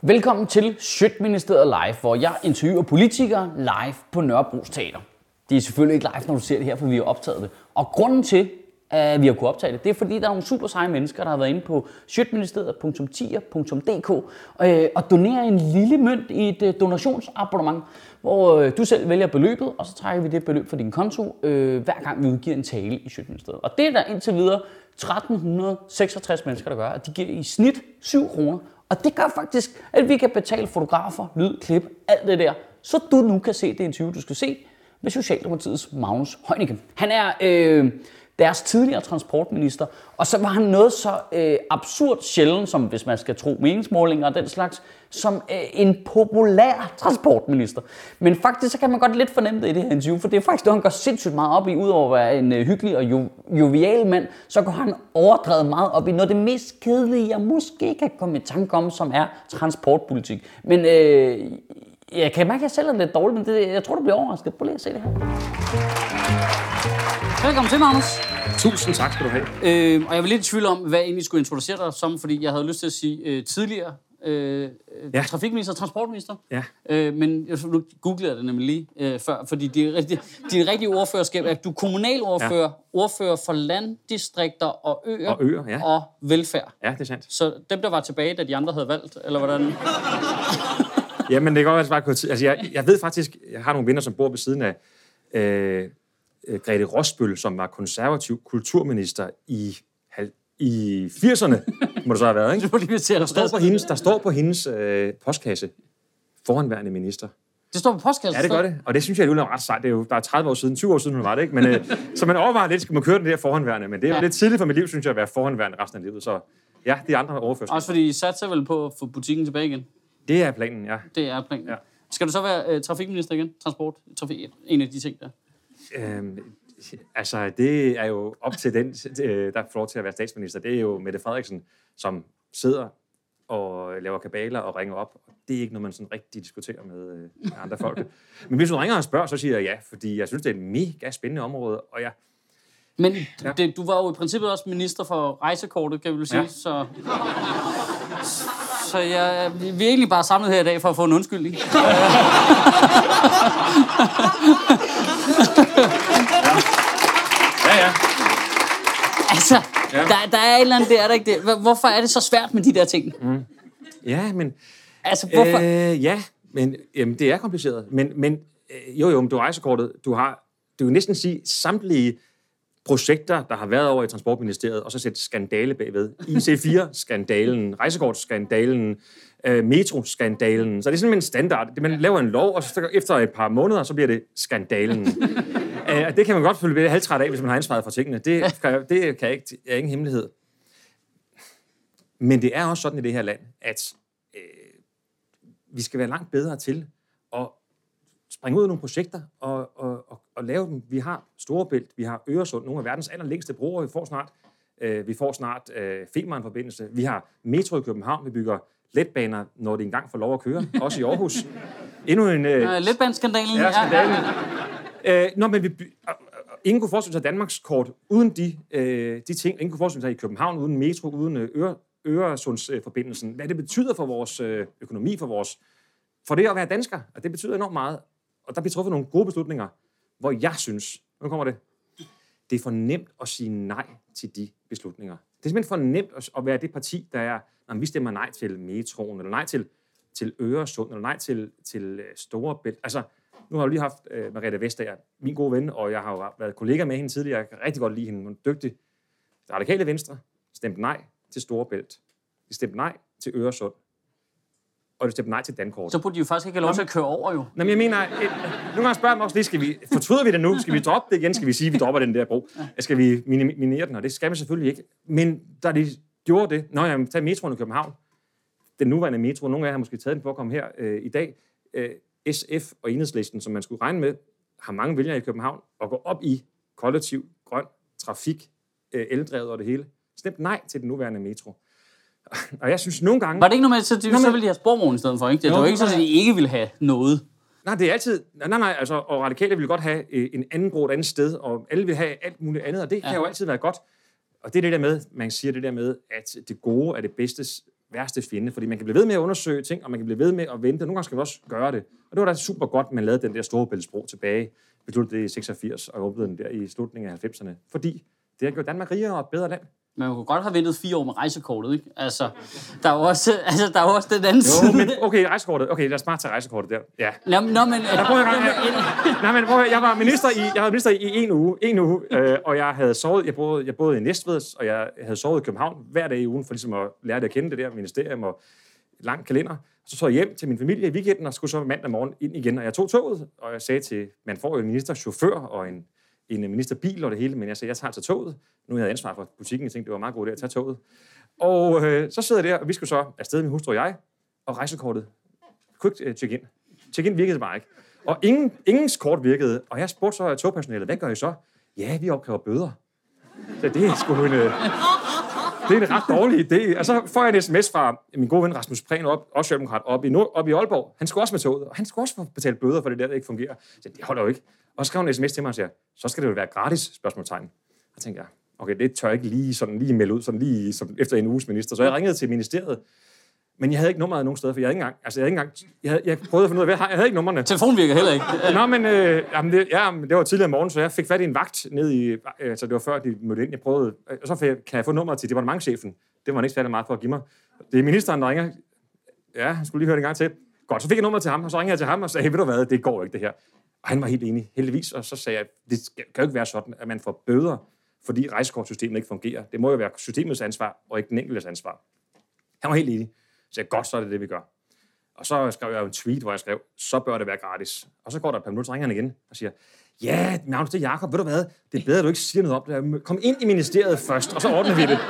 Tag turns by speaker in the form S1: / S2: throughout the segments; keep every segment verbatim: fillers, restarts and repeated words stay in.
S1: Velkommen til Sjøtministeriet Live, hvor jeg interviewer politikere live på Nørrebros Teater. Det er selvfølgelig ikke live, når du ser det her, for vi har optaget det. Og grunden til, at vi har kunnet optage det, det er fordi, der er nogle super seje mennesker, der har været inde på sjøtministeriet punktum tier punktum d k og donerer en lille mønt i et donationsabonnement, hvor du selv vælger beløbet, og så trækker vi det beløb fra din konto, hver gang vi udgiver en tale i Sjøtministeriet. Og det er der indtil videre tretten seksogtres mennesker, der gør, at de giver i snit syv kroner. Og det gør faktisk, at vi kan betale fotografer, lyd, klip, alt det der, så du nu kan se det interview, du skal se med Socialdemokratiets Magnus Heunicke. Han er øh, deres tidligere transportminister, og så var han noget så øh, absurd sjældent, som hvis man skal tro meningsmålinger og den slags, som øh, en populær transportminister. Men faktisk så kan man godt lidt fornemme det i det her interview, for det er faktisk noget, han går sindssygt meget op i, udover at være en øh, hyggelig og jo, jovial mand, så går han overdrevet meget op i noget af det mest kedelige, jeg måske kan komme i tanke om, som er transportpolitik. Men øh, jeg kan mærke, at jeg selv er lidt dårlig, men det, jeg tror, du bliver overrasket. Prøv lige at se det her. Velkommen til, Magnus.
S2: Tusind tak skal du have.
S1: Øh, og jeg var lidt i tvivl om, hvad jeg egentlig skulle introducere dig som, fordi jeg havde lyst til at sige øh, tidligere øh, ja. trafikminister og transportminister.
S2: Ja.
S1: Øh, men jeg, nu googlede jeg det nemlig lige øh, før, fordi det rigtige, de rigtige ordførerskab er, at du er kommunalordfører, ja. ordfører for landdistrikter og øer,
S2: og, øer ja.
S1: og velfærd.
S2: Ja, det er sandt.
S1: Så dem, der var tilbage, da de andre havde valgt, eller hvordan?
S2: Jamen, det kan godt være, at altså, jeg, jeg ved faktisk, jeg har nogle venner, som bor ved siden af øh, Grete Rosbøl, som var konservativ kulturminister i, i firserne, må det så have været, ikke? Der står på hendes, der står på hendes øh, postkasse, foranværende minister.
S1: Det står på postkassen?
S2: Ja, det gør det. Og det synes jeg er ret sejt. Det er jo der er tredive år siden, tyve år siden, hun var det, ikke? Men, øh, så man overvejer lidt, skal man køre den der foranværende, men det er jo ja. lidt tidligt for mit liv, synes jeg, at være foranværende resten af livet. Så ja, de andre overførsler.
S1: Også fordi I satser vel på at få butikken tilbage igen?
S2: Det er planen, ja.
S1: Det er planen. Ja. Skal du så være uh, trafikminister igen? Transport? Trafik? En af de ting der?
S2: Øhm, altså, det er jo op til den, der får lov til at være statsminister. Det er jo Mette Frederiksen, som sidder og laver kabaler og ringer op. Det er ikke noget, man sådan rigtig diskuterer med, øh, med andre folk. Men hvis du ringer og spørger, så siger jeg ja, fordi jeg synes, det er et mega spændende område, og jeg...
S1: Men ja. det, du var jo i princippet også minister for rejsekortet, kan vi vel sige, ja. så... Så jeg, vi er egentlig bare samlet her i dag for at få en undskyldning. ja.
S2: ja, ja.
S1: Altså, ja. Der, der er et eller andet der, der ikke det. Hvorfor er det så svært med de der ting?
S2: Mm. Ja, men...
S1: Altså, hvorfor?
S2: Øh, ja, men jamen, det er kompliceret. Men, men øh, jo, jo, men du har rejsekortet. Du har, du kan næsten sige, samtlige projekter, der har været over i Transportministeriet, og så sætte skandale bagved. I C fire-skandalen, rejsekortskandalen, øh, metro-skandalen. Så det er sådan en standard. Man laver en lov, og så efter et par måneder, så bliver det skandalen. uh, det kan man godt følge ved halvtræt af, hvis man har ansvaret for tingene. Det, kan, det kan ikke, er ingen hemmelighed. Men det er også sådan i det her land, at øh, vi skal være langt bedre til at springe ud af nogle projekter og, og, og, og lave dem. Vi har Storebælt, vi har Øresund, nogle af verdens allerlængste broer. Vi får snart, øh, vi får snart øh, Femern-forbindelse. Vi har metro i København. Vi bygger letbaner, når det engang får lov at køre. Også i Aarhus. Endnu en... Øh,
S1: øh, Letbaneskandalen.
S2: Ja, skandalen. Ja. Øh, nå, men vi... By- ingen kunne forestille sig Danmarks kort uden de, øh, de ting. Ingen kunne forestille sig i København uden metro, uden øh, Øre, Øresundsforbindelsen. Hvad det betyder for vores øh, økonomi, for vores... For det at være dansker. Og det betyder enormt meget. Og der bliver truffet nogle gode beslutninger, hvor jeg synes, nu kommer det, det er for nemt at sige nej til de beslutninger. Det er simpelthen for nemt at være det parti, der er, når vi stemmer nej til metroen, eller nej til, til Øresund, eller nej til, til Storebælt. Altså, nu har jeg lige haft uh, Margrethe Vestager, min gode ven, og jeg har jo været kollega med hende tidligere. Jeg kan rigtig godt lide hende, hun er dygtig. Det Radikale Venstre stemte nej til Storebælt. De stemte nej til Øresund. Og det stemte nej til Dankort.
S1: Så burde de jo faktisk ikke have lov til at køre over, jo.
S2: Nå, men jeg mener, et, nogle gange spørger jeg mig også lige, skal vi, fortryder vi det nu? Skal vi droppe det igen? Skal vi sige, at vi dropper den der bro? Ja. Skal vi minimere den? Og det skal vi selvfølgelig ikke. Men da de gjorde det, når jeg tager metroen i København, den nuværende metro, nogle af jer har måske taget den for at komme her øh, i dag, øh, S F og Enhedslisten, som man skulle regne med, har mange vælgere i København, og går op i kollektiv, grøn, trafik, øh, eldrevet og det hele. Stemt nej til den nuværende metro. Og jeg synes nogle gange...
S1: Var det ikke noget med, så, de, Nå, så ville de have sporvogn i stedet for, ikke? Det var ikke sådan, at de ikke ville have noget.
S2: Nej, det er altid... Nej, nej, altså, og radikale vil godt have en anden bro et andet sted, og alle vil have alt muligt andet, og det ja. kan jo altid være godt. Og det er det der med, man siger det der med, at det gode er det bedstes værste fjende, fordi man kan blive ved med at undersøge ting, og man kan blive ved med at vente, og nogle gange skal man også gøre det. Og det var da super godt, at man lavede den der Storebæltsbro tilbage, besluttede det i seksogfirs, og åbnede den der i slutningen af halvfemserne, fordi det har gjort Danmark rigere og et bedre land.
S1: Man kunne godt have ventet fire år med rejsekortet, ikke? Altså, der er jo også, altså, der er jo også den anden side.
S2: Jo, men okay, rejsekortet. Okay, lad os bare tage rejsekortet der. Ja.
S1: Nå, nå, men...
S2: Der prøver jeg, jeg, nej, men prøv at, jeg var minister i, jeg var minister i en uge, en uge øh, og jeg havde sovet, jeg boede, jeg boede i Næstved, og jeg havde sovet i København hver dag i ugen, for ligesom at lære det at kende det der ministerium og lang kalender. Så tog jeg hjem til min familie i weekenden, og skulle så mandag morgen ind igen, og jeg tog toget, og jeg sagde til, man får jo en ministerchauffør og en en ministerbil og det hele, men jeg sagde, jeg tager til toget. Nu havde jeg ansvar for butikken, jeg tænkte, det var meget godt at tage toget. Og øh, så sidder jeg der, og vi skulle så afsted, min hustru og jeg, og rejsekortet kunne ikke uh, check-in. Check-in virkede bare ikke. Og ingen, ingens kort virkede, og jeg spurgte så togpersonalet, hvad gør I så? Ja, vi opkræver bøder. Så det er sgu en, øh, det er en ret dårlig idé. Og så får jeg en sms fra min gode ven Rasmus Prehn, op, også socialdemokrat, op i, Nord, op i Aalborg. Han skulle også med toget, og han skulle også få betalt bøder for det der, der ikke fungerer. Så det holder jo ikke. Og så skrev han en sms til mig og siger, så skal det jo være gratis, spørgsmålstegn. Så tænkte jeg, okay, det tør jeg ikke lige, sådan, lige melde ud, sådan lige som efter en uges minister. Så jeg ringede til ministeriet, men jeg havde ikke nummeret nogen steder, for jeg havde ikke engang, altså jeg havde ikke engang, jeg, havde, jeg prøvede at finde ud af, hvad jeg havde ikke numrene.
S1: Telefonen virker heller ikke.
S2: Nå, men øh, jamen det, ja, det var tidligere morgen, så jeg fik fat i en vagt ned i, altså det var før de mødte ind, jeg prøvede, og så fik jeg, kan jeg få nummeret til departementschefen. Det var han ikke særlig meget for at give mig. Det er ministeren, der ringer. Ja, han skulle lige høre det en gang til. Godt, så fik jeg nummeret til ham, og så ringede jeg til ham og sagde, hey, ved du hvad, det går ikke det her. Og han var helt enig, heldigvis, og så sagde jeg, det kan jo ikke være sådan, at man får bøder, fordi rejsekortsystemet ikke fungerer. Det må jo være systemets ansvar, og ikke den enkeltes ansvar. Han var helt enig. Så jeg godt, så er det det, vi gør. Og så skrev jeg en tweet, hvor jeg skrev, så bør det være gratis. Og så går der et par minutter, så ringer han igen og siger, ja, Magnus, det er Jacob, ved du hvad, det er bedre, at du ikke siger noget om det. Kom ind i ministeriet først, og så ordner vi det.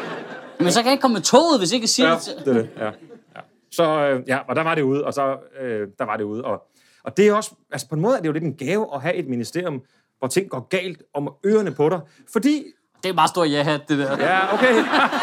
S1: Men så kan jeg ikke komme med toget, hvis ikke siger
S2: ja,
S1: det.
S2: det er det, ja. ja. Så øh, ja, og der var det ude, og så øh, der var det ude, og Og det er også, altså på en måde er det jo lidt en gave at have et ministerium, hvor ting går galt om ørerne på dig, fordi...
S1: Det er meget stor ja-hat, det der.
S2: Ja, okay.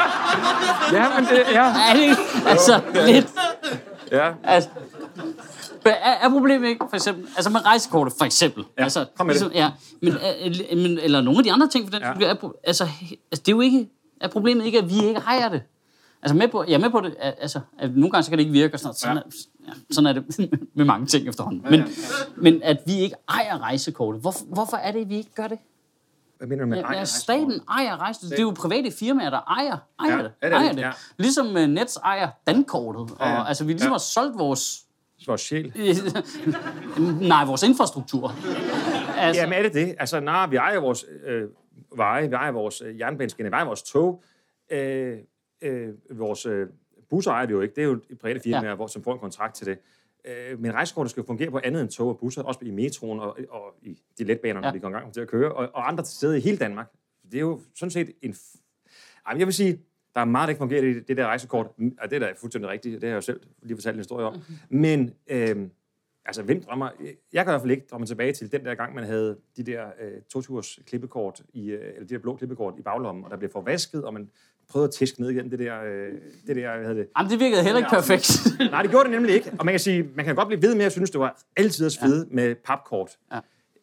S2: ja, men det, ja.
S1: Er det ikke? Altså,
S2: ja.
S1: lidt.
S2: Ja.
S1: Altså, er, er problemet ikke, for eksempel, altså med rejsekortet, for eksempel.
S2: Ja,
S1: altså,
S2: kom med
S1: ligesom,
S2: det.
S1: Ja, men, men, eller nogle af de andre ting, for den, ja. er, altså, altså, det er jo ikke, er problemet ikke, at vi ikke ejer det. Altså med på, jeg er med på det, altså, at nogle gange så kan det ikke virke, og sådan, sådan, ja. er, ja, sådan er det med mange ting efterhånden. Men, ja, ja. men at vi ikke ejer rejsekortet, hvorfor, hvorfor er det, at vi ikke gør det?
S2: Hvad mener du med
S1: ja,
S2: ejer
S1: staten ejer rejsekortet. Det er jo private firmaer, der ejer, ejer
S2: ja,
S1: det.
S2: Ja, det,
S1: ejer det.
S2: Ja.
S1: Ligesom uh, Nets ejer dankortet. Ja, ja. Og, altså, vi ligesom ja. har solgt vores...
S2: Vores sjæl.
S1: Nej, vores infrastruktur.
S2: Altså. Jamen er det det? Altså, nej, vi ejer vores øh, veje, vi ejer vores øh, jernbaneskinner, vi ejer vores tog. Øh, øh, vores øh, busser ejer vi jo ikke. Det er jo private firmaer, ja. hvor, som får en kontrakt til det. Øh, men rejsekortet skal jo fungere på andet end tog og busser, også i metroen og, og i de letbaner, når ja. de går i gang til at køre, og, og andre steder i hele Danmark. Det er jo sådan set en... Jamen, jeg vil sige, der er meget, der ikke fungerer i det der rejsekort. Og det er da fuldstændig rigtigt. Det har jeg jo selv lige fortalt en historie om. Mm-hmm. Men, øh, altså, hvem drømmer... Jeg kan i hvert fald ikke drømme tilbage til den der gang, man havde de der øh, to-turs klippekort, i, øh, eller de der blå klippekort i baglommen, og der blev forvasket, og man prøvede at tæske ned igen det der... Øh, det der, hvad hedder det?
S1: Jamen, det virkede heller ikke perfekt.
S2: Nej, det gjorde det nemlig ikke. Og man kan sige, man kan godt blive ved med at synes, det var altid at fede ja. med papkort. Ja.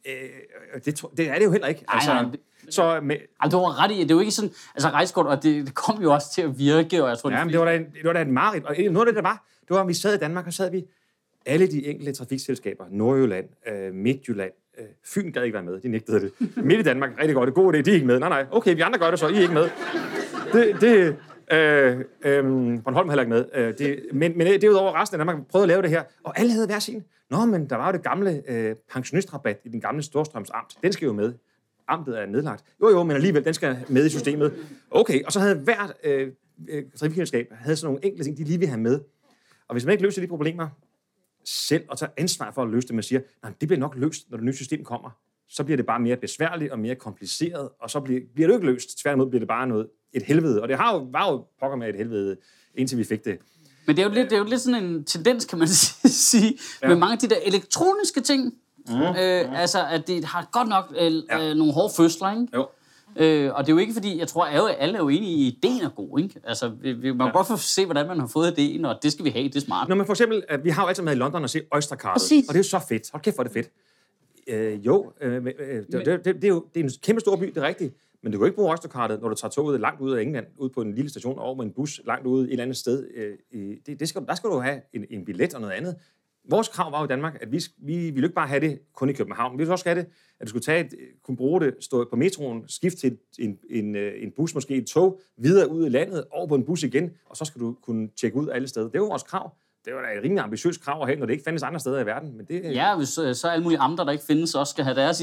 S2: Øh, det, det er det jo heller ikke. Altså,
S1: ej, nej, det,
S2: så med,
S1: altså, du har ret i, det er jo ikke sådan, altså rejsekort, og det, det kom jo også til at virke, og jeg tror,
S2: ja, det, det var da en, det var da en mareridt. Og noget af det, der var, det var, at vi sad i Danmark, og sad vi alle de enkelte trafikselskaber, Nordjylland, øh, Midtjylland, øh, Fyn gad ikke være med, de nægtede det. Midt i Danmark, rigtig godt, det er god idé, de er ikke med. Nej, nej, okay, vi andre gør det så, I er ikke med. Det, det øh, øh, Bornholm heller ikke med. Øh, det, men, men derudover resten af Danmark prøvede at lave det her, og alle havde hver sin. Nå, men der var jo det gamle øh, pensionistrabat i den gamle Storstrøms Amt. Den skal jo med. Amtet er nedlagt. Jo, jo, men alligevel, den skal med i systemet. Okay, og så havde hvert øh, øh, trafikselskab havde sådan nogle enkelte ting, de lige vil have med. Og hvis man ikke løser de problemer selv, og tager ansvar for at løse det, man siger, nej, det bliver nok løst, når det nye system kommer, så bliver det bare mere besværligt og mere kompliceret, og så bliver, bliver det jo ikke løst. Tværtimod bliver det bare noget, et helvede. Og det har jo, var jo pokker med et helvede, indtil vi fik det.
S1: Men det er jo lidt, det er jo lidt sådan en tendens, kan man sige, ja. med mange af de der elektroniske ting. Mm, øh, mm. Altså, at det har godt nok øh, ja. øh, nogle hårde fødsler, ikke?
S2: Jo.
S1: Øh, og det er jo ikke fordi, jeg tror, at alle er jo enige i, at ideen er god, ikke? Altså, vi, vi må ja. godt få se, hvordan man har fået ideen, og det skal vi have, det er smart.
S2: Nå, men for eksempel, vi har jo altid med i London at se Oystercardet, og det er jo så fedt. Hold kæft, hvor er det fedt. Øh, jo, øh, øh, det, det, det, det er jo det er en kæmpe stor by, det er rigtigt. Men du kan ikke bruge Oystercardet, når du tager toget langt ud af England, ud på en lille station, over med en bus langt ude et eller andet sted. Det, det skal, der skal du have en, en billet og noget andet. Vores krav var jo i Danmark, at vi, vi ville ikke bare have det kun i København. Vi ville også have det, at du skulle tage et, kunne bruge det, stå på metroen, skifte til en, en, en bus, måske et tog, videre ud i landet, over på en bus igen, og så skal du kunne tjekke ud alle steder. Det var vores krav. Det var da et rimelig ambitiøst krav at have, når det ikke findes andre steder i verden. Men det,
S1: ja, hvis så alle mulige amter, der ikke findes, også skal have deres idéer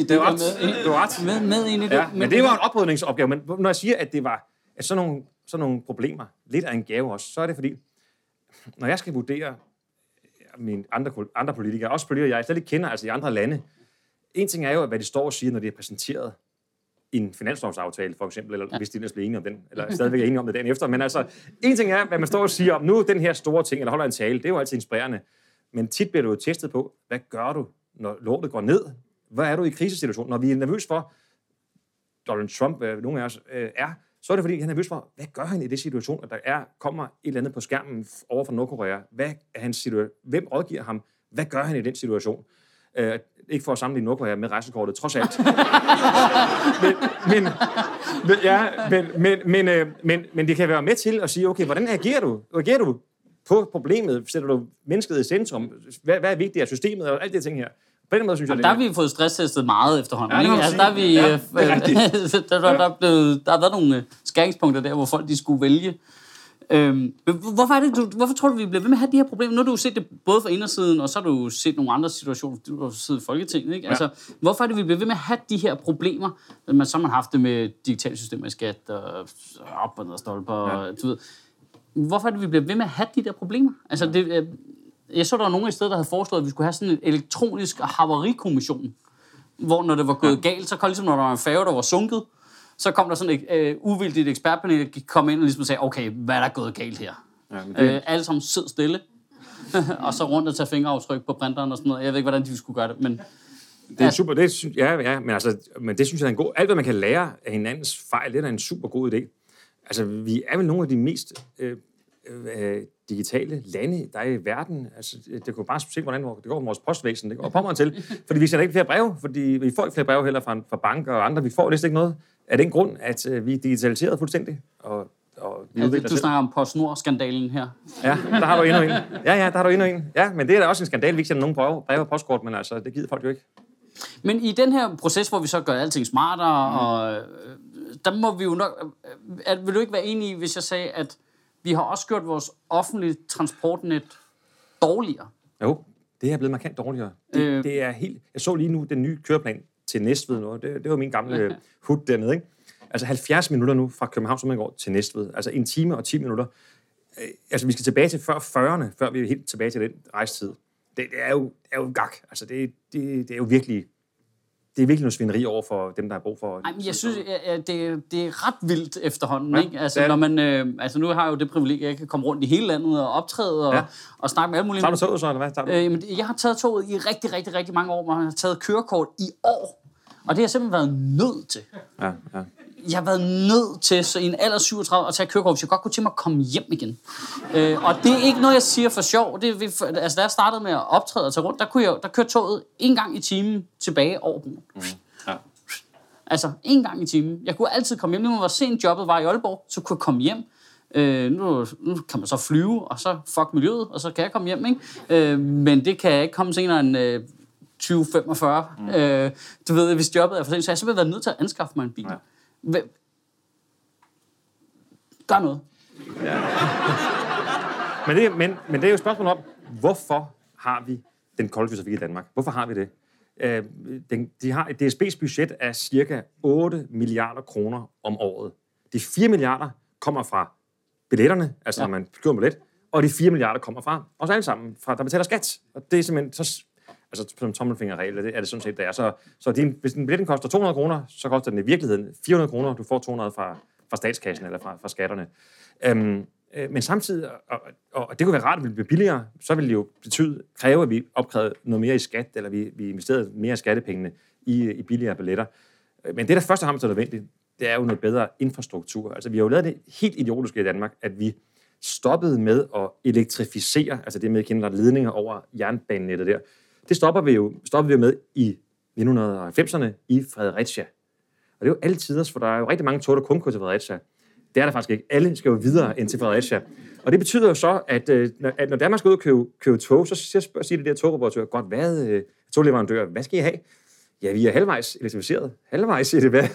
S1: med, med, med ind i det.
S2: Ja, men, men det var en oprydningsopgave. Men når jeg siger, at det var at sådan, nogle, sådan nogle problemer, lidt af en gave også, så er det fordi, når jeg skal vurdere mine andre, andre politikere, også politikere, jeg slet ikke kender, altså i andre lande, en ting er jo, hvad de står og siger, når de er præsenteret i en finanslovsaftale, for eksempel, eller ja. hvis de ellers bliver enige om den, eller stadigvæk er enige om det dagen efter. Men altså, en ting er, hvad man står og siger om, nu den her store ting, eller holder en tale, det er jo altid inspirerende. Men tit bliver du jo testet på, hvad gør du, når lortet går ned? Hvad er du i krisesituationen? Når vi er nervøs for, Donald Trump, øh, nogle af os øh, er, så er det fordi, han er nervøs for, hvad gør han i det situation, at der er, kommer et eller andet på skærmen over for Nordkorea? Hvad er hans situation? Hvem rådgiver ham? Hvad gør han i den situation? Øh, ikke for at sammenligne Nordkorea med rejsekortet, trods alt. men, men, men, ja, men, men, men, øh, men, men det kan være med til at sige, okay, hvordan agerer du? Agerer du på problemet? Sætter du mennesket i centrum? Hvad, hvad er vigtigt af systemet og alt det ting her? På den måde, synes jeg,
S1: der har vi fået stresstestet meget efterhånden.
S2: Ja,
S1: altså, der, er vi, ja, der, der, der, der, blevet, der har været nogle skæringspunkter der, hvor folk de skulle vælge. Øhm, hvorfor, er det, du, hvorfor tror du, vi bliver ved med at have de her problemer? Nu har du set det både fra indersiden, og så har du set nogle andre situationer, du har siddet i Folketinget. Ikke? Ja. Altså, hvorfor er det, vi bliver ved med at have de her problemer? Man, så har man haft det med digitale systemer i skat, og op og ned og stolper, ja. Du ved. Hvorfor er det, vi bliver ved med at have de der problemer? Altså, det, jeg så, der var nogen i stedet, der havde foreslået, at vi skulle have sådan en elektronisk havarikommission, hvor når det var gået ja. galt, så kom ligesom, når der var en færge, der var sunket, så kom der sådan et øh, uvildigt ekspertpanel, der kom ind og ligesom sagde, okay, hvad er der gået galt her? Ja, det... øh, alle sammen sidder stille, og så rundt og tage fingeraftryk på printeren og sådan noget. Jeg ved ikke, hvordan de skulle gøre det, men...
S2: Det er super, det synes, ja, ja, men, altså, men det synes jeg er en god... Alt, hvad man kan lære af hinandens fejl, det er en super god idé. Altså, vi er vel nogle af de mest øh, øh, digitale lande, der er i verden. Altså, det kan bare se, hvordan det går med vores postvæsen. Det går på mig til, fordi vi sender ikke flere breve, fordi vi får ikke flere breve heller fra, fra banker og andre. Vi får næsten ikke noget. Er det en grund, at øh, vi er digitaliseret fuldstændig? Og, og vi
S1: ja, det, du snakker om PostNord-skandalen her.
S2: Ja, der har du endnu en. Ja, ja, der har du endnu en. Ja, men det er da også en skandal, vi ikke sender nogen breve, breve og postkort, men altså, det gider folk jo ikke.
S1: Men i den her proces, hvor vi så gør alting smartere, mm. og øh, der må vi jo nok... Øh, vil du ikke være enig i, hvis jeg sagde, at vi har også gjort vores offentlige transportnet dårligere?
S2: Jo, det er blevet markant dårligere. Det, øh, det er helt... Jeg så lige nu den nye køreplan til Næstved nu. Det, det var min gamle hud dernede, ikke? Altså halvfjerds minutter nu fra København, som man går til Næstved. Altså en time og ti minutter. Altså vi skal tilbage til før fyrrerne, før vi er helt tilbage til den rejsetid. Det, det er jo, er jo gak. Altså det, det, det er jo virkelig... Det er virkelig noget svineri over for dem, der har brug for...
S1: Ej, men jeg synes, det, det er ret vildt efterhånden, ja, ikke? Altså, når man, øh, altså, nu har jeg jo det privilegie, at jeg kan komme rundt i hele landet og optræde og, ja. og snakke med alle mulige...
S2: Tager du toget så, eller hvad? Tager du?
S1: Øh, jeg har taget toget i rigtig, rigtig, rigtig mange år, og jeg har taget kørekort i år. Og det har jeg simpelthen været nødt til.
S2: Ja, ja.
S1: Jeg har været nødt til, så i en alder syvogtredive, at tage kørekort, hvis jeg godt kunne tænke mig at komme hjem igen. Øh, og det er ikke noget, jeg siger for sjov. Det er, altså, da jeg startede med at optræde og tage rundt, der, kunne jeg, der kørte toget en gang i timen tilbage over broen. Mm. Ja. Altså, en gang i timen. Jeg kunne altid komme hjem. Når man var sent jobbet var i Aalborg, så kunne jeg komme hjem. Øh, nu, nu kan man så flyve, og så fuck miljøet, og så kan jeg komme hjem, ikke? Øh, men det kan jeg ikke komme senere end... Øh, tyve femogfyrre. Mm. Øh, du ved, hvis jobbet er for sent, så jeg så vil være nødt til at anskaffe mig en bil. Ja. Gør noget.
S2: Ja. men, det, men, men det er jo et spørgsmål om, hvorfor har vi den kollektive trafik i Danmark? Hvorfor har vi det? Øh, den, de har, D S B's budget er cirka otte milliarder kroner om året. De fire milliarder kommer fra billetterne, altså ja. når man køber en billet, og de fire milliarder kommer fra os alle sammen, fra der betaler skat. Og det er simpelthen... Så, altså som tommelfingerregel, det er det sådan set, der er. Så, så din, hvis en billetten koster to hundrede kroner, så koster den i virkeligheden fire hundrede kroner. Du får to hundrede fra, fra statskassen eller fra, fra skatterne. Øhm, øh, men samtidig, og, og, og det kunne være rart, at det ville blive billigere, så ville det jo betyde, kræve, at vi opkrævede noget mere i skat, eller vi, vi investerede mere af skattepengene i, i billigere billetter. Men det, der først og fremmest er nødvendigt, det er jo noget bedre infrastruktur. Altså, vi har jo lavet det helt idiotiske i Danmark, at vi stoppede med at elektrificere, altså det med at kende ledninger over jernbanenettet der. Det stopper vi jo stopper vi jo med i nitten halvfemserne i Fredericia. Og det er jo altid, for der er jo rigtig mange tog, der kun kører til Fredericia. Det er der faktisk ikke. Alle skal jo videre ind til Fredericia. Og det betyder jo så, at, at når Danmark skal ud og købe, købe tog, så siger, siger det der togoperatør, godt, hvad, togleverandør, hvad skal I have? Ja, vi er halvvejs elektrificeret. Halvvejs, siger det, hvad?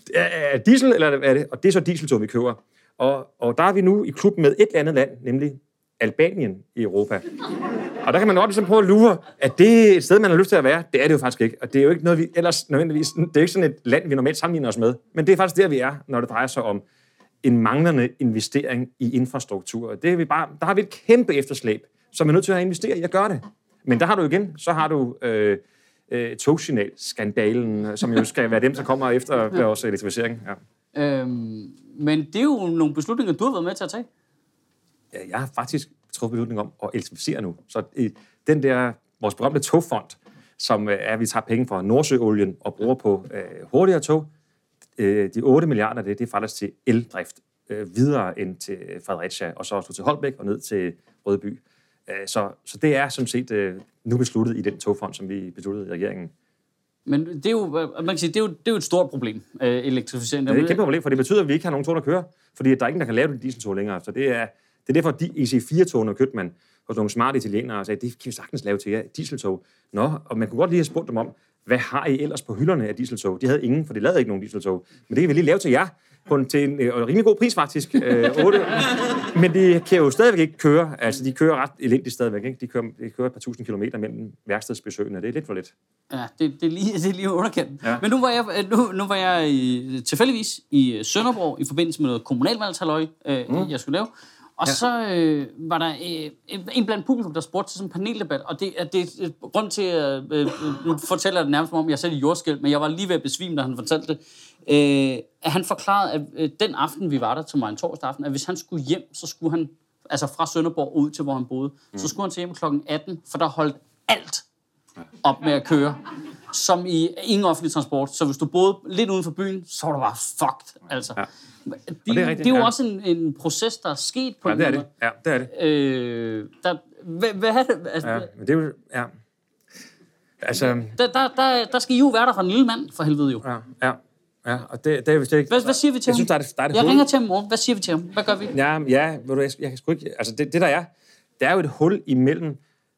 S2: Er det diesel, eller er det? Og det er så dieseltog, vi køber. Og, og der er vi nu i klub med et andet land, nemlig Albanien i Europa. Og der kan man godt ligesom prøve at lure, at det er et sted, man har lyst til at være. Det er det jo faktisk ikke. Og det er jo ikke noget, vi ellers nødvendigvis... Det er ikke sådan et land, vi normalt sammenligner os med. Men det er faktisk der, vi er, når det drejer sig om en manglende investering i infrastruktur. Det er vi bare, der har vi et kæmpe efterslæb, som vi er nødt til at investere i at gøre det. Men der har du igen, så har du øh, øh, togsignal-skandalen, som jo skal være dem, der kommer efter vores elektrificering. Ja.
S1: Øhm, men det er jo nogle beslutninger, du har været med til at tage.
S2: Ja, jeg har faktisk truffet beslutning om at elektrificere nu. Så øh, den der, vores berømte togfond, som øh, er, at vi tager penge fra Nordsøolien og bruger på øh, hurtigere tog, øh, de otte milliarder, det, det er faktisk til eldrift, øh, videre end til Fredericia, og så også til Holbæk og ned til Rødby. Øh, så, så det er sådan set øh, nu besluttet i den togfond, som vi besluttede i regeringen. Men
S1: det er jo, man kan sige, det er jo, det er jo et stort problem, øh, elektrificering.
S2: Det er et kæmpe problem, for det betyder, at vi ikke har nogen tog, der kører, fordi der er ingen, der kan lave det dieseltog længere. Så det er, det er derfor, at de I C fire togene købte man hos nogle smarte italienere og sagde, det kan vi sagtens lave til jer, dieseltog. Nå, og man kunne godt lige have spurgt dem om, hvad har I ellers på hylderne af dieseltog? De havde ingen, for de lavede ikke nogen dieseltog. Men det kan vi lige lave til jer, på en, til en øh, rimelig god pris faktisk. Øh, otte. Men de kan jo stadigvæk ikke køre. Altså, de kører ret elendigt stadigvæk. Ikke? De, kører, de kører et par tusind kilometer mellem værkstedsbesøgende. Det er lidt for lidt.
S1: Ja, det, det, er, lige, det er lige underkendt. Ja. Men nu var jeg, nu, nu var jeg i, tilfældigvis i Sønderborg i forbindelse med noget kommunalvalgshalløj, øh, mm. jeg skulle lave. Og ja. så øh, var der øh, en blandt publikum, der spurgte til sådan en paneldebat, og det er det, grund til, at øh, nu fortæller jeg det nærmest om, at jeg selv i jordskælv, men jeg var lige ved at besvime, da han fortalte det. Øh, at han forklarede, at øh, den aften, vi var der, som var en torsdag aften, at hvis han skulle hjem, så skulle han, altså fra Sønderborg ud til, hvor han boede, mm. så skulle han til hjem klokken atten, for der holdt alt op med at køre, som i ingen offentlig transport. Så hvis du boede lidt uden for byen, så var du bare fucked, altså. Ja. De, det, er rigtigt, det er jo ja. også en, en proces, der er sket på
S2: ja,
S1: en
S2: det er det. Ja, det er det.
S1: Øh, der, hvad, hvad er det? Altså,
S2: ja, men det er jo... Ja. Altså...
S1: Der, der, der, der skal I jo være der for en lille mand, for helvede jo.
S2: Ja, ja. Ja, og det, det er vist ikke...
S1: Hvad, hvad siger vi til
S2: jeg
S1: ham?
S2: Synes, der er det, der er det
S1: jeg
S2: hul.
S1: ringer til ham i morgen. Hvad siger vi til ham? Hvad gør vi?
S2: Ja, ja ved du, jeg, jeg kan sgu ikke... Altså, det, det der er, der er jo et hul imellem...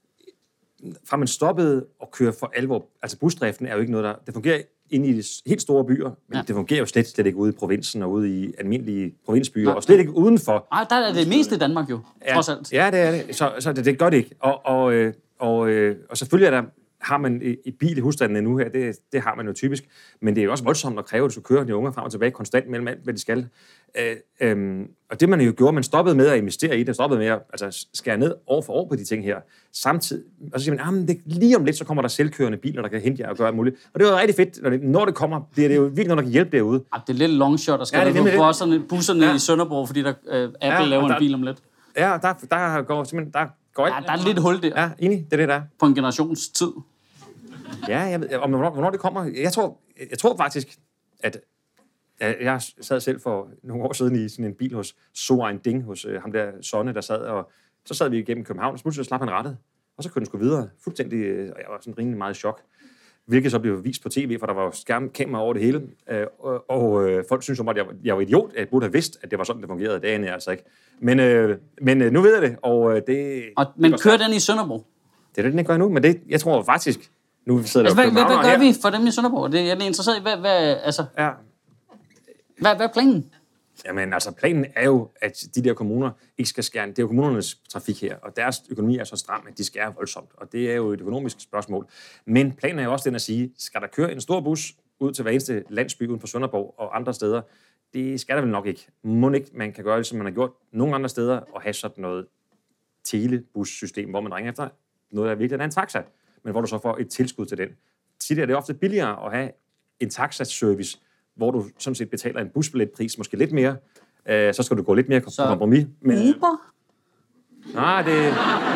S2: Fra man stoppede og køre for alvor... Altså, busdriften er jo ikke noget, der... Det fungerer inde i de helt store byer, men ja. det fungerer jo slet, slet ikke ude i provinsen og ude i almindelige provinsbyer, ja. og slet ikke udenfor.
S1: Nej, der er det meste i Danmark jo,
S2: ja,
S1: trods alt.
S2: Ja, det er det. Så, så det, det gør det ikke. Og, og, og, og, og selvfølgelig er der... Har man i bil i husstanden nu her, det, det har man jo typisk, men det er jo også voldsomt at kræve, at du kører de unge frem og tilbage konstant mellem alt, hvad de skal. Øh, øhm, og det man jo gjorde, man stoppede med at investere i det, stoppede med at altså, skære ned år for år på de ting her, samtidig, og så siger man, ah, det, lige om lidt, så kommer der selvkørende biler, der kan hente jer og gøre alt muligt. Og det var rigtig fedt, når det, når det kommer, bliver det jo virkelig noget, der kan hjælpe derude.
S1: Ja, det er lidt longshot, der skal ja, der på busserne, busserne ja. i Sønderborg, fordi der, øh, Apple ja, laver der, en bil om lidt.
S2: Ja, der, der går simpelthen, der går
S1: ja, der er lidt hul der.
S2: Ja, enig, det er det der.
S1: På en generations tid.
S2: Ja, jeg ved, og hvornår, hvornår det kommer... Jeg tror, jeg tror faktisk, at... Jeg sad selv for nogle år siden i sådan en bil hos So Ein Ding, hos øh, ham der Sonne, der sad, og så sad vi igennem København, og så pludselig slap han rettet, og så kunne den sgu videre. Fuldstændig... Øh, og jeg var sådan rimelig meget i chok. Hvilket så blev vist på tv, for der var jo skærmkamera over det hele. Øh, og og øh, folk synes om, at jeg, jeg var idiot, at jeg burde have vidst, at det var sådan, det fungerede. Det anede jeg altså ikke. Men, øh, men øh, nu ved jeg det, og øh, det...
S1: Og, men kører den i Sønderborg?
S2: Det er det, den ikke gør nu, men det, jeg tror faktisk... Nu sidder
S1: altså, hvad, hvad, hvad gør her. vi for dem i Sønderborg? Det, jeg er interesseret i, hvad, hvad, altså,
S2: ja.
S1: hvad, hvad er planen?
S2: Jamen, altså, planen er jo, at de der kommuner ikke skal skære. Det er jo kommunernes trafik her, og deres økonomi er så stram, at de skærer voldsomt. Og det er jo et økonomisk spørgsmål. Men planen er jo også den at sige, skal der køre en stor bus ud til hver eneste landsby uden for Sønderborg og andre steder? Det skal der vel nok ikke. Må ikke, man kan gøre det, som man har gjort nogle andre steder, og have sådan noget telebussystem, hvor man ringer efter noget, der virkelig er en taxa, men hvor du så får et tilskud til den. Tidligere er det ofte billigere at have en taxa-service, hvor du sådan set betaler en busbilletpris, måske lidt mere, øh, så skal du gå lidt mere på kompromis.
S1: Men Uber?
S2: Nej, det...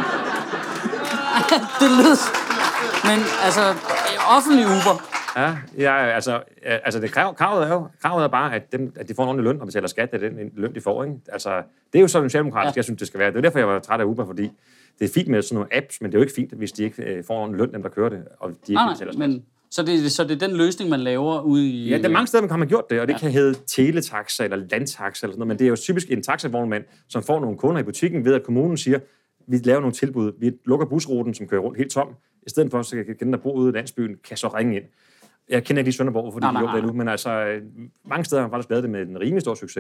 S1: det lyder... Men altså, offentlig Uber.
S2: Ja, ja altså, altså det krav, kravet er jo kravet er bare, at, dem, at de får en ordentlig løn og betaler skat af den løn, de får. Ikke? Altså, det er jo sådan socialdemokratisk, ja. jeg synes, det skal være. Det er derfor, jeg var træt af Uber, fordi det er fint med sådan nogle apps, men det er jo ikke fint, hvis de ikke øh, får en løn, dem der kører det, og de ikke
S1: nej,
S2: betaler
S1: skat. Men Så det, så det er den løsning, man laver ude i...
S2: Ja, der er mange steder, man har gjort det, og det
S1: Ja.
S2: kan hedde teletaxa eller landtaxa eller sådan noget, men det er jo typisk en taxavognmand, som får nogle kunder i butikken ved, at kommunen siger, vi laver nogle tilbud, vi lukker busruten, som kører rundt helt tom, i stedet for, så kan den, der bor ude i landsbyen, kan så ringe ind. Jeg kender ikke lige Sønderborg, hvorfor de
S1: Nej,
S2: har
S1: nej,
S2: gjort det
S1: nej.
S2: nu, men altså, mange steder har faktisk lavet det med en rimelig stor succes.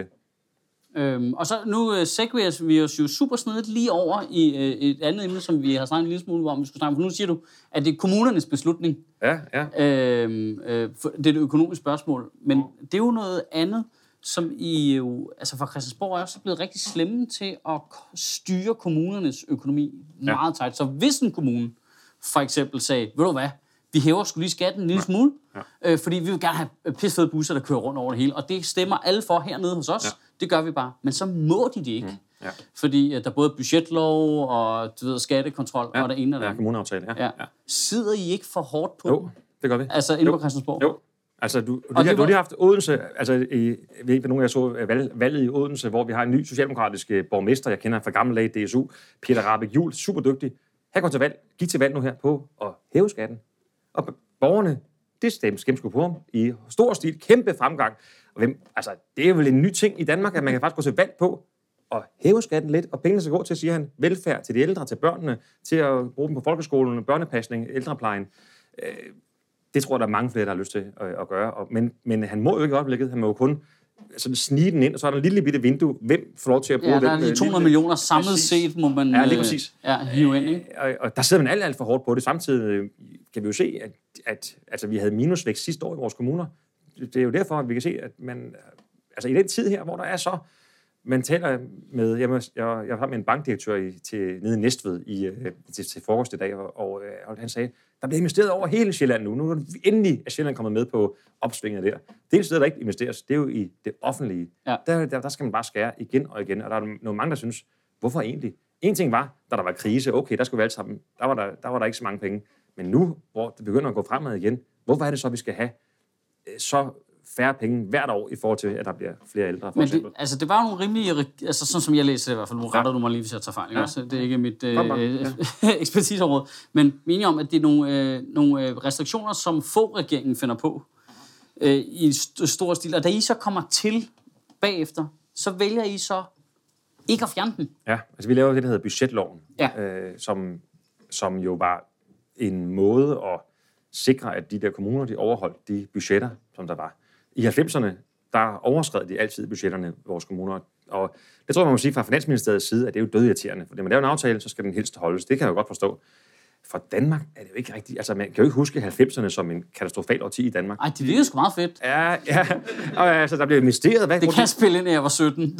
S1: Øhm, og så nu uh, segwayer vi os jo super snedigt lige over i uh, et andet emne, som vi har snakket en lille smule om, vi skulle snakke om. For nu siger du, at det er kommunernes beslutning.
S2: Ja, ja.
S1: Øhm, øh, for, det er et økonomisk spørgsmål. Men det er jo noget andet, som I jo, altså fra Christiansborg er også blevet rigtig slemme til at styre kommunernes økonomi meget ja. tæt. Så hvis en kommune for eksempel sagde, ved du hvad, vi hæver sgu lige skatten en lille ja. smule, ja. øh, fordi vi vil gerne have pissfede busser, der kører rundt over det hele, og det stemmer alle for hernede hos os. Ja. Det gør vi bare. Men så må de det ikke. Mm. Ja. Fordi uh, der er både budgetlov og du ved, skattekontrol ja. og det ene og det
S2: ja,
S1: andet.
S2: kommuneaftale, ja.
S1: Ja. Sidder I ikke for hårdt på?
S2: Jo, det gør vi.
S1: Altså inde på Christiansborg?
S2: Jo. Altså, du, du,
S1: Og
S2: har,
S1: det
S2: du
S1: var...
S2: har lige haft Odense, altså, i, jeg ved ikke, nogen af jer så valg, valget i Odense, hvor vi har en ny socialdemokratisk borgmester, jeg kender fra gamle dage i D S U, Peter Rahbæk Juhl, super dygtig. Han går til valg, gik til valg nu her på at hæve skatten. Og borgerne, det stemte skæmsku på ham i stor stil, kæmpe fremgang. Og hvem, altså, det er jo vel en ny ting i Danmark, at man kan faktisk gå til valg på at hæve skatten lidt, og pengene skal gå til, siger han, velfærd til de ældre, til børnene, til at bruge dem på folkeskolen, børnepasning, ældreplejen. Øh, Det tror jeg, der er mange flere, der har lyst til at, at gøre. Og, men, men han må jo ikke i øjeblikket. Han må jo kun altså, snige den ind, og så er der en lille bitte vindue. Hvem får lov til at bruge
S1: ja, der
S2: hvem?
S1: er to hundrede millioner samlet præcis. set, må man
S2: ja, lige præcis.
S1: Øh, ja, hive ind. Ikke?
S2: Og, og der sidder man alt, alt for hårdt på det. Samtidig kan vi jo se, at, at altså, vi havde minusvækst sidste år i vores kommuner. Det er jo derfor, at vi kan se, at man... Altså i den tid her, hvor der er så... Man taler med... Jeg, jeg, jeg har med en bankdirektør i, til, nede i Næstved i, til, til frokost i dag, og, og, og han sagde, der bliver investeret over hele Sjælland nu. Nu er det endelig, at Sjælland kommer med på opsvinget der. Det eneste sted, der ikke investeres, det er jo i det offentlige. Ja. Der, der, der skal man bare skære igen og igen, og der er nogle mange, der synes, hvorfor egentlig? En ting var, da der var krise, okay, der skulle vi alle sammen, der var der, der var der ikke så mange penge. Men nu, hvor det begynder at gå fremad igen, hvorfor er det så, at vi skal have så færre penge hvert år i forhold til, at der bliver flere ældre, for
S1: Men
S2: eksempel?
S1: det, altså, det var jo nogle rimelige, altså sådan som jeg læser det i hvert fald, nu retter ja. du mig lige, hvis jeg tager fejl, ja. også. Det er ikke mit øh, ja. ekspertiseområde, men meningen om, at det er nogle, øh, nogle restriktioner, som få regeringen finder på øh, i st- stor stil, og da I så kommer til bagefter, så vælger I så ikke at fjerne den.
S2: Ja, altså vi laver det, der hedder budgetloven,
S1: ja.
S2: øh, som, som jo var en måde at sikre, at de der kommuner, de overholdt de budgetter, som der var. I halvfemserne, der overskred de altid budgetterne, vores kommuner. Og det tror jeg, man må sige fra Finansministeriets side, at det er jo dødirriterende. For når man laver en aftale, så skal den helst holdes. Det kan jeg jo godt forstå. For Danmark er det jo ikke rigtigt. Altså, man kan jo ikke huske halvfemserne som en katastrofal årti i Danmark.
S1: Ej, det virker sgu meget fedt.
S2: Ja, ja. Og altså, der bliver investeret. Hvad,
S1: det kan spille ind, at jeg var sytten.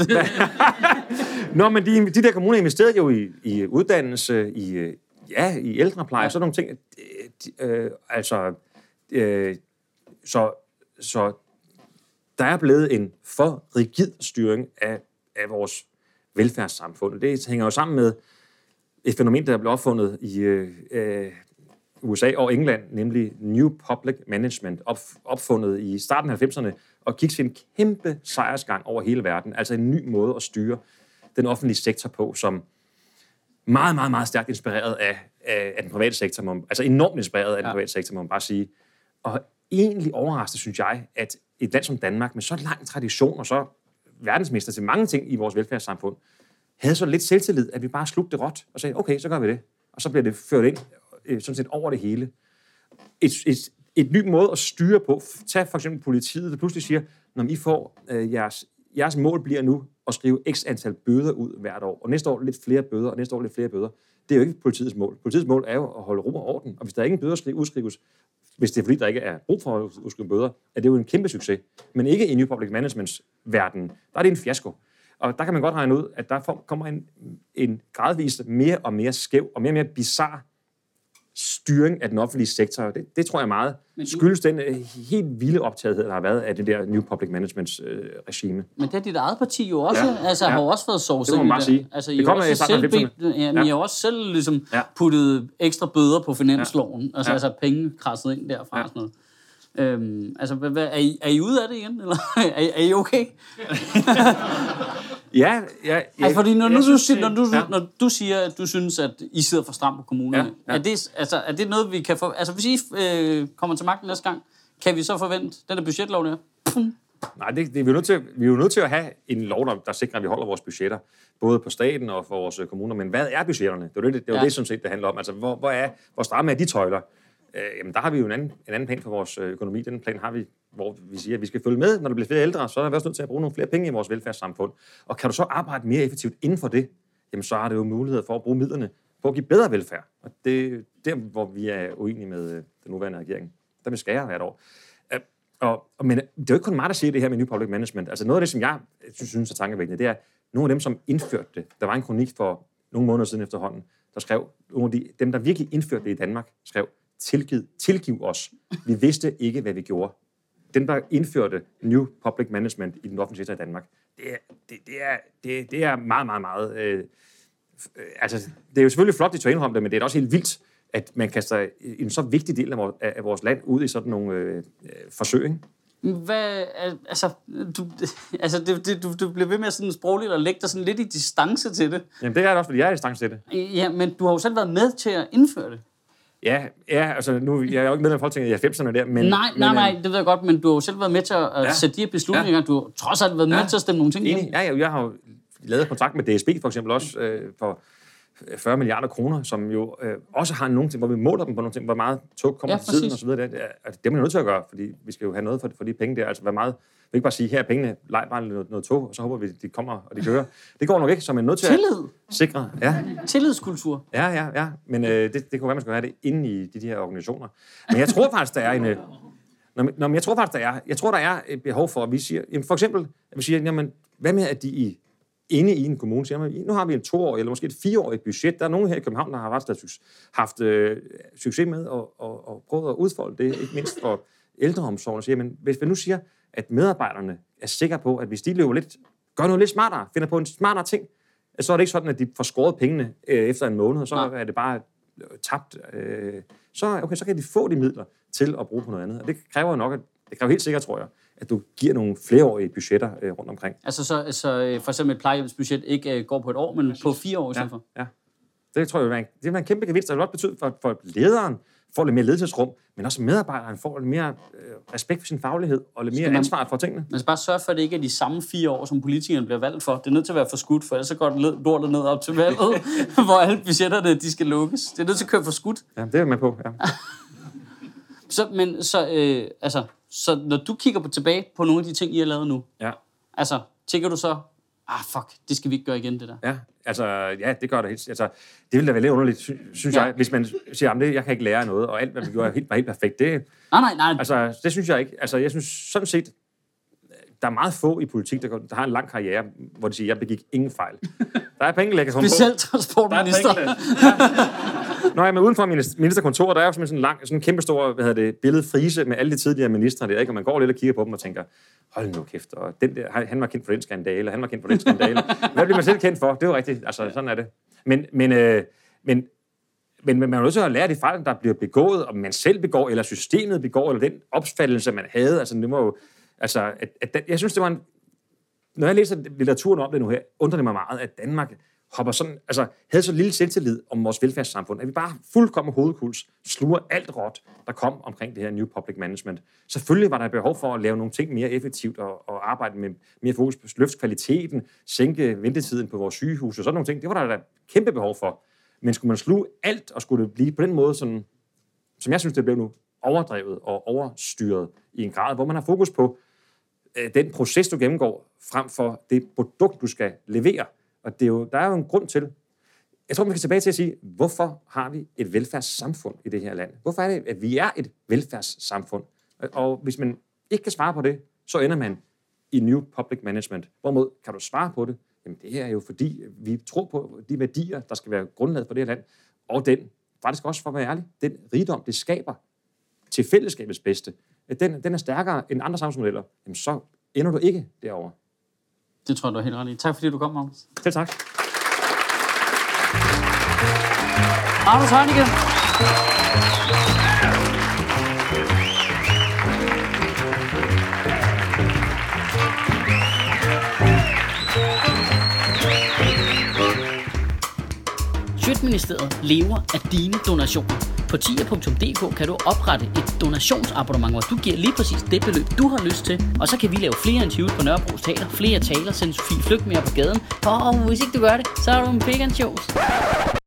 S2: Nå, men de, de der kommuner investerede jo i, i uddannelse, i, ja, i ældrepleje, ja. Sådan nogle ting. De, øh, altså, øh, så, så der er blevet en for rigid styring af, af vores velfærdssamfund. Det hænger jo sammen med et fænomen, der blev opfundet i øh, U S A og England, nemlig New Public Management, op, opfundet i starten af halvfemserne, og gik til en kæmpe sejrsgang over hele verden. Altså en ny måde at styre den offentlige sektor på, som meget, meget, meget stærkt inspireret af, af, af den private sektor. Man, altså enormt inspireret af den ja. private sektor, må man bare sige. Og egentlig overraskende, synes jeg, at et land som Danmark, med så lang tradition og så verdensmester til mange ting i vores velfærdssamfund, havde så lidt selvtillid, at vi bare slugte det råt og sagde, okay, så gør vi det. Og så bliver det ført ind øh, sådan set over det hele. Et, et, et ny måde at styre på. Tag for eksempel politiet, der pludselig siger, når I får øh, jeres, jeres mål bliver nu at skrive x antal bøder ud hvert år, og næste år lidt flere bøder, og næste år lidt flere bøder. Det er jo ikke politiets mål. Politiets mål er jo at holde ro og orden, og hvis der er ingen bøder udskrives, hvis det er fordi, der ikke er brug for at udskrive bøder, er det jo en kæmpe succes. Men ikke i New Public Managements verden. Der er det en fiasko. Og der kan man godt regne ud, at der kommer en, en gradvist mere og mere skæv og mere og mere bizarre styring af den offentlige sektor. Det, det tror jeg meget skyldes den uh, helt vilde optagethed, der har været af det der New Public Management uh, regime.
S1: Men det er dit eget parti jo også. Ja. Altså, ja. har jo også været sovet
S2: ind i det. Sige.
S1: Altså,
S2: det kommer i starten af
S1: halvfemserne. Ja, men I har også selv ligesom ja. puttet ekstra bøder på finansloven. Ja. Altså, ja. altså penge krasset ind derfra. Ja. Og sådan noget. Øhm, altså, hvad, er, I, er I ude af det igen? Eller er, I, er I okay?
S2: Ja, ja. ja
S1: altså, fordi når, nu,
S2: synes,
S1: du, når, du,
S2: ja.
S1: når du siger, at du synes, at I sidder for stramt på kommunerne, ja, ja. Er, det, altså, er det noget, vi kan få... Altså, hvis I øh, kommer til magten næste gang, kan vi så forvente den der budgetlov der? Pum.
S2: Nej, det, det er vi, er nødt til, vi er jo nødt til at have en lov, der, der sikrer, at vi holder vores budgetter, både på staten og for vores kommuner. Men hvad er budgetterne? Det er jo det, det, er jo ja. det som set, det handler om. Altså, hvor, hvor, er, hvor stramme er de tøjler? Øh, jamen, der har vi jo en anden, en anden plan for vores økonomi. Den plan har vi, hvor vi siger, at vi skal følge med. Når der bliver flere ældre, så er vi også nødt til at bruge nogle flere penge i vores velfærdssamfund. Og kan du så arbejde mere effektivt inden for det, jamen, så har det jo mulighed for at bruge midlerne på at give bedre velfærd. Og det er der, hvor vi er uenige med den nuværende regering. Der vil skære hvert år. Og, og, men det er jo ikke kun mig, der siger det her med New Public Management. Altså noget af det, som jeg synes er tankevækkende, det er nogle af dem, som indførte det. Der var en kronik for nogle måneder siden efterhånden, der skrev, nogle af de, dem, der virkelig indførte det i Danmark, skrev, tilgiv, tilgiv os. Vi vidste ikke, hvad vi gjorde. Dem, der indførte New Public Management i den offentlige sektor i Danmark, det er, det, det er, det, det er meget, meget, meget... Øh, altså, det er jo selvfølgelig flot, de tør indrømme det, men det er også helt vildt, at man kaster en så vigtig del af vores, af vores land ud i sådan nogle øh, forsøg, ikke?
S1: Hvad, altså, du, altså det, det, du, du bliver ved med sådan sprogligt og lægge dig sådan lidt i distance til det.
S2: Jamen, det er det også, fordi jeg er i distance til det.
S1: Ja, men du har jo selv været med til at indføre det.
S2: Ja, ja, altså nu jeg er jo ikke medlem af Folketinget i halvfemserne der, men...
S1: Nej,
S2: men,
S1: nej, nej, det ved jeg godt, men du har jo selv været med til at ja, sætte de her beslutninger. Ja, du har trods alt været med ja, til at stemme nogle ting.
S2: Enig. Ja, jeg, jeg har jo lavet kontrakt med D S B for eksempel også øh, for fyrre milliarder kroner, som jo øh, også har nogle ting, hvor vi måler dem på nogle ting, hvor meget tog kommer ja, til tiden og så videre. Det, det, det er man nødt til at gøre, fordi vi skal jo have noget for, for de penge der. Altså, hvor meget... Vi kan ikke bare sige, her er pengene, leg bare noget, noget tog, og så håber vi, de kommer, og de kører. Det går nok ikke, så man er nødt til
S1: Tillid.
S2: at sikre... Ja.
S1: Tillidskultur.
S2: Ja, ja, ja. Men øh, det, det kunne være, man skulle have det inde i de, de her organisationer. Men jeg tror faktisk, der er en... Øh, når, når, jeg tror faktisk, der er... Jeg tror, der er et behov for, at vi siger... Jamen, for eksempel, at vi siger, jamen, hvad med, at de i... inde i en kommune, siger man, nu har vi en toårig eller måske et fireårigt budget. Der er nogen her i København, der har haft, haft øh, succes med og, og, og prøvet at udfolde det, ikke mindst for ældreomsorgen. Siger, men hvis vi nu siger, at medarbejderne er sikre på, at hvis de løber lidt, gør noget lidt smartere, finder på en smartere ting, så er det ikke sådan, at de får skåret pengene øh, efter en måned, og så Nej. er det bare øh, tabt. Øh, så, okay, så kan de få de midler til at bruge på noget andet. Og det kræver nok, at, det kræver helt sikkert, tror jeg, at du giver nogle flereårige budgetter øh, rundt omkring.
S1: Altså så, så for eksempel et plejehjemsbudget ikke øh, går på et år, men på fire år i stedet for?
S2: Ja, ja. Det tror jeg, det vil være en kæmpe gevinst. Det vil også betyde for, for lederen får lidt mere ledelsesrum, men også medarbejderen får lidt mere øh, respekt for sin faglighed og lidt mere man, ansvar for tingene.
S1: Man skal bare sørge for, at det ikke er de samme fire år, som politikerne bliver valgt for. Det er nødt til at være for skudt, for ellers så går det lortet ned op til valget, hvor alle budgetterne de skal lukkes. Det er nødt til at køre for skudt.
S2: Ja, det er man på, ja.
S1: så, men så, øh, altså, så når du kigger på, tilbage på nogle af de ting, I har lavet nu,
S2: ja.
S1: altså, tænker du så, ah fuck, det skal vi ikke gøre igen, det der?
S2: Ja, altså, ja, det gør det helt. Altså, det ville da være lidt underligt, synes ja. jeg, hvis man siger, at jeg kan ikke lære noget, og alt, hvad vi gjorde, er helt, var helt perfekt. Det,
S1: nej, nej, nej.
S2: Altså, det synes jeg ikke. Altså, jeg synes sådan set, der er meget få i politik, der, der har en lang karriere, hvor de siger, jeg begik ingen fejl. Der er penge, lægger sådan på.
S1: Specielt transportminister.
S2: Nå ja, men uden for ministerkontoret, der er jo sådan en lang, sådan en kæmpe stor, hvad hedder det, billedfrise med alle de tidligere ministre der, ikke? Og man går lidt og kigger på dem og tænker, hold nu kæft, og den der, han var kendt for den skandale, han var kendt for den skandale. Hvad bliver man selv kendt for? Det er jo rigtigt, altså sådan er det. Men, men, øh, men, men, men man er nødt til at lære de fejl, der bliver begået, om man selv begår, eller systemet begår, eller den opfattelse, man havde. Altså, det må jo, altså, at, at, jeg synes, det var en, når jeg læser litteraturen om det nu her, undrer det mig meget, at Danmark hopper sådan, altså, havde så lille selvtillid om vores velfærdssamfund, at vi bare fuldkommen hovedkuls sluger alt råt, der kom omkring det her New Public Management. Selvfølgelig var der behov for at lave nogle ting mere effektivt og, og arbejde med mere fokus på løftkvaliteten, sænke ventetiden på vores sygehuse og sådan nogle ting. Det var der da kæmpe behov for. Men skulle man sluge alt, og skulle det blive på den måde, sådan, som jeg synes, det blev nu, overdrevet og overstyret i en grad, hvor man har fokus på øh, den proces, du gennemgår, frem for det produkt, du skal levere. Og det er jo, der er jo en grund til, jeg tror, man skal tilbage til at sige, hvorfor har vi et velfærdssamfund i det her land? Hvorfor er det, at vi er et velfærdssamfund? Og hvis man ikke kan svare på det, så ender man i New Public Management. Hvorimod kan du svare på det? Jamen det er jo fordi, vi tror på de værdier, der skal være grundlaget for det her land, og den, faktisk også for at være ærlig, den rigdom, det skaber til fællesskabets bedste, den, den er stærkere end andre samfundsmodeller, jamen så ender du ikke derovre.
S1: Det tror jeg, du er helt ret i. Tak fordi du kom, Magnus.
S2: Selv tak.
S1: Magnus Heunicke.
S3: Sjøtministeriet lever af dine donationer. På tier punktum d k kan du oprette et donationsabonnement, hvor du giver lige præcis det beløb, du har lyst til. Og så kan vi lave flere interviews på Nørrebros Teater, flere taler, sende Sofie Flygt mere på gaden. Og hvis ikke du gør det, så er du en pig and shows.